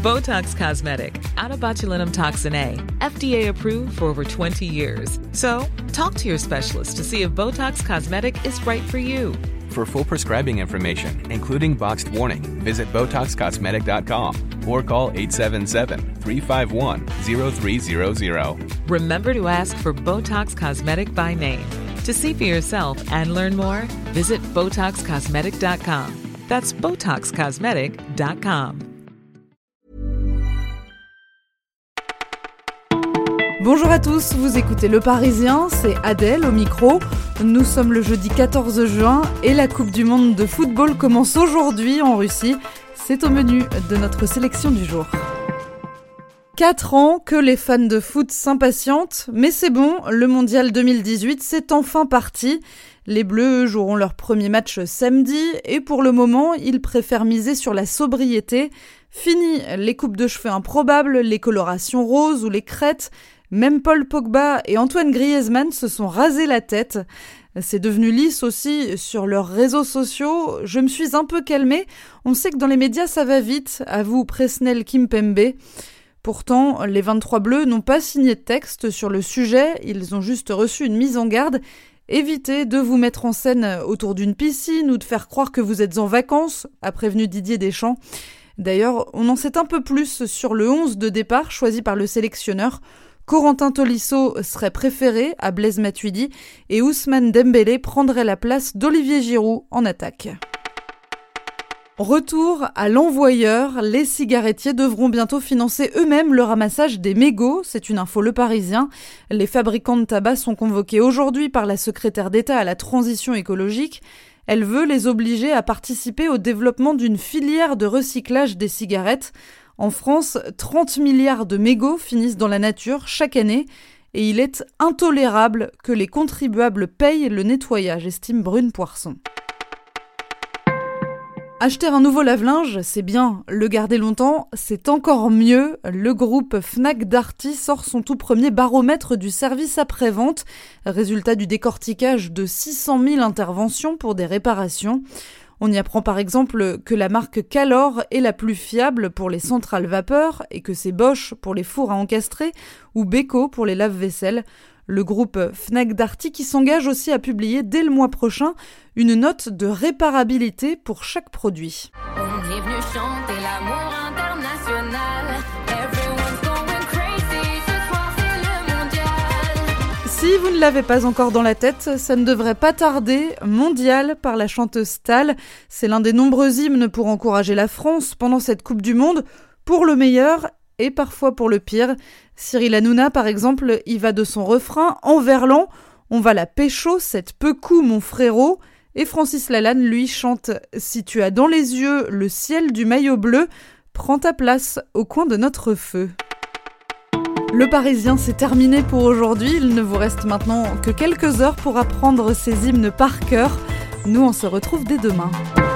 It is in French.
Botox Cosmetic, out of botulinum toxin A, FDA approved for over 20 years. So, talk to your specialist to see if Botox Cosmetic is right for you. For full prescribing information, including boxed warning, visit BotoxCosmetic.com or call 877-351-0300. Remember to ask for Botox Cosmetic by name. To see for yourself and learn more, visit BotoxCosmetic.com. That's BotoxCosmetic.com. Bonjour à tous, vous écoutez Le Parisien, c'est Adèle au micro. Nous sommes le jeudi 14 juin et la Coupe du Monde de football commence aujourd'hui en Russie. C'est au menu de notre sélection du jour. 4 ans que les fans de foot s'impatientent, mais c'est bon, le Mondial 2018 c'est enfin parti. Les Bleus joueront leur premier match samedi et pour le moment, ils préfèrent miser sur la sobriété. Fini les coupes de cheveux improbables, les colorations roses ou les crêtes. Même Paul Pogba et Antoine Griezmann se sont rasés la tête. C'est devenu lisse aussi sur leurs réseaux sociaux. Je me suis un peu calmée. On sait que dans les médias ça va vite, avoue Presnel Kimpembe. Pourtant, les 23 Bleus n'ont pas signé de texte sur le sujet. Ils ont juste reçu une mise en garde. Évitez de vous mettre en scène autour d'une piscine ou de faire croire que vous êtes en vacances, a prévenu Didier Deschamps. D'ailleurs, on en sait un peu plus sur le 11 de départ choisi par le sélectionneur. Corentin Tolisso serait préféré à Blaise Matuidi et Ousmane Dembélé prendrait la place d'Olivier Giroud en attaque. Retour à l'envoyeur, les cigarettiers devront bientôt financer eux-mêmes le ramassage des mégots, c'est une info Le Parisien. Les fabricants de tabac sont convoqués aujourd'hui par la secrétaire d'État à la transition écologique. Elle veut les obliger à participer au développement d'une filière de recyclage des cigarettes. En France, 30 milliards de mégots finissent dans la nature chaque année et il est intolérable que les contribuables payent le nettoyage, estime Brune Poirson. Acheter un nouveau lave-linge, c'est bien. Le garder longtemps, c'est encore mieux. Le groupe Fnac Darty sort son tout premier baromètre du service après-vente, résultat du décortiquage de 600 000 interventions pour des réparations. On y apprend par exemple que la marque Calor est la plus fiable pour les centrales vapeur et que c'est Bosch pour les fours à encastrer ou Beko pour les lave-vaisselle. Le groupe Fnac Darty qui s'engage aussi à publier dès le mois prochain une note de réparabilité pour chaque produit. On est venu chanter l'amour international. Everyone's going crazy. Ce soir c'est le mondial. Si vous ne l'avez pas encore dans la tête, ça ne devrait pas tarder. Mondial par la chanteuse Tal. C'est l'un des nombreux hymnes pour encourager la France pendant cette Coupe du Monde, pour le meilleur et parfois pour le pire. Cyril Hanouna, par exemple, y va de son refrain en verlan. On va la pécho, cette pecou, mon frérot. Et Francis Lalanne, lui, chante « Si tu as dans les yeux le ciel du maillot bleu, prends ta place au coin de notre feu ». Le Parisien, c'est terminé pour aujourd'hui. Il ne vous reste maintenant que quelques heures pour apprendre ces hymnes par cœur. Nous, on se retrouve dès demain.